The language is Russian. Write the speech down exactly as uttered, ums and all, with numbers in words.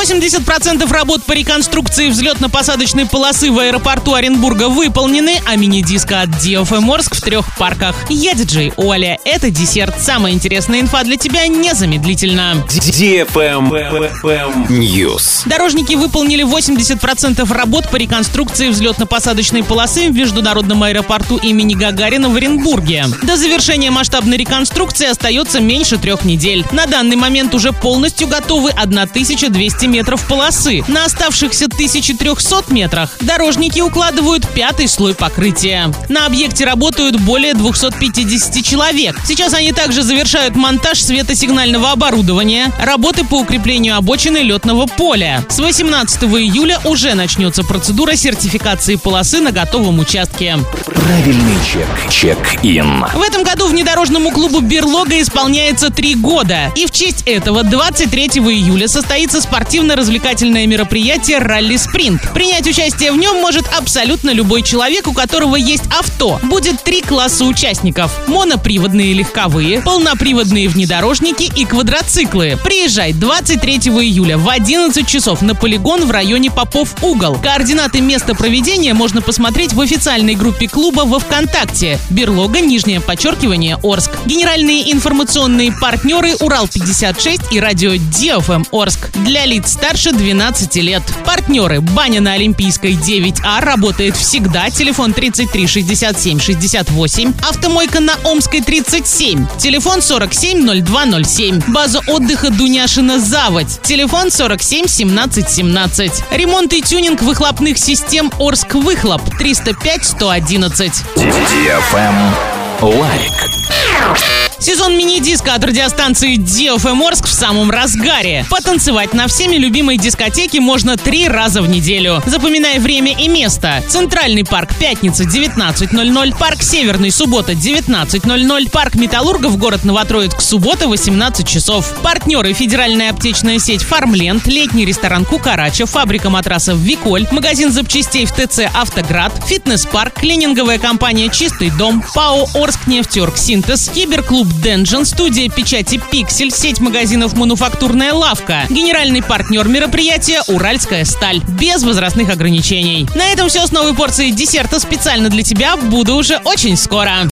восемьдесят процентов работ по реконструкции взлетно-посадочной полосы в аэропорту Оренбурга выполнены, а мини-диско от ди эф эм Орск в трех парках. Я диджей Оля. Это десерт. Самая интересная инфа для тебя незамедлительно. ди эф эм News. Дорожники выполнили восемьдесят процентов работ по реконструкции взлетно-посадочной полосы в международном аэропорту имени Гагарина в Оренбурге. До завершения масштабной реконструкции остается меньше трех недель. На данный момент уже полностью готовы тысяча двести метров полосы. На оставшихся тысяча триста метрах дорожники укладывают пятый слой покрытия. На объекте работают более двухсот пятидесяти человек. Сейчас они также завершают монтаж светосигнального оборудования, работы по укреплению обочины летного поля. С восемнадцатого июля уже начнется процедура сертификации полосы на готовом участке. Правильный чек. Чек-ин. В этом году внедорожному клубу «Берлога» исполняется три года. И в честь этого двадцать третьего июля состоится спортивно-развлекательное мероприятие «Ралли-спринт». Принять участие в нем может абсолютно любой человек, у которого есть авто. Будет три класса участников: моноприводные легковые, полноприводные внедорожники и квадроциклы. Приезжай двадцать третьего июля в одиннадцать часов на полигон в районе Попов-Угол. Координаты места проведения можно посмотреть в официальной группе клуба во ВКонтакте «Берлога, нижнее подчеркивание, Орск». Генеральные информационные партнеры «Урал пятьдесят шесть» и радио ди эф эм Орск. Для лиц старше двенадцати лет. Партнеры: баня на Олимпийской девять А работает всегда. Телефон тридцать три шестьдесят семь шестьдесят восемь. Автомойка на Омской тридцать семь. Телефон сорок семь ноль два ноль семь. База отдыха Дуняшина Заводь. Телефон сорок семь семнадцать семнадцать. Ремонт и тюнинг выхлопных систем Орск Выхлоп. триста пять сто одиннадцать. ди эф эм Лайк. Сезон мини-диска от радиостанции ди эф эм Орск в самом разгаре. Потанцевать на всеми любимой дискотеке можно три раза в неделю. Запоминай время и место: Центральный парк — пятница, девятнадцать ноль ноль, парк Северный — суббота, девятнадцать ноль ноль, парк Металлургов, город Новотроицк — суббота, восемнадцать часов. Партнеры: федеральная аптечная сеть «Фармленд», летний ресторан «Кукарача», фабрика матрасов «Виколь», магазин запчастей в тэ цэ «Автоград», фитнес-парк, клининговая компания «Чистый дом», ПАО «Орскнефтеоргсинтез», киберклуб «Денджин», студия печати «Пиксель», сеть магазинов «Мануфактурная лавка». Генеральный партнер мероприятия «Уральская сталь». Без возрастных ограничений. На этом все с новой порцией десерта специально для тебя. Буду уже очень скоро.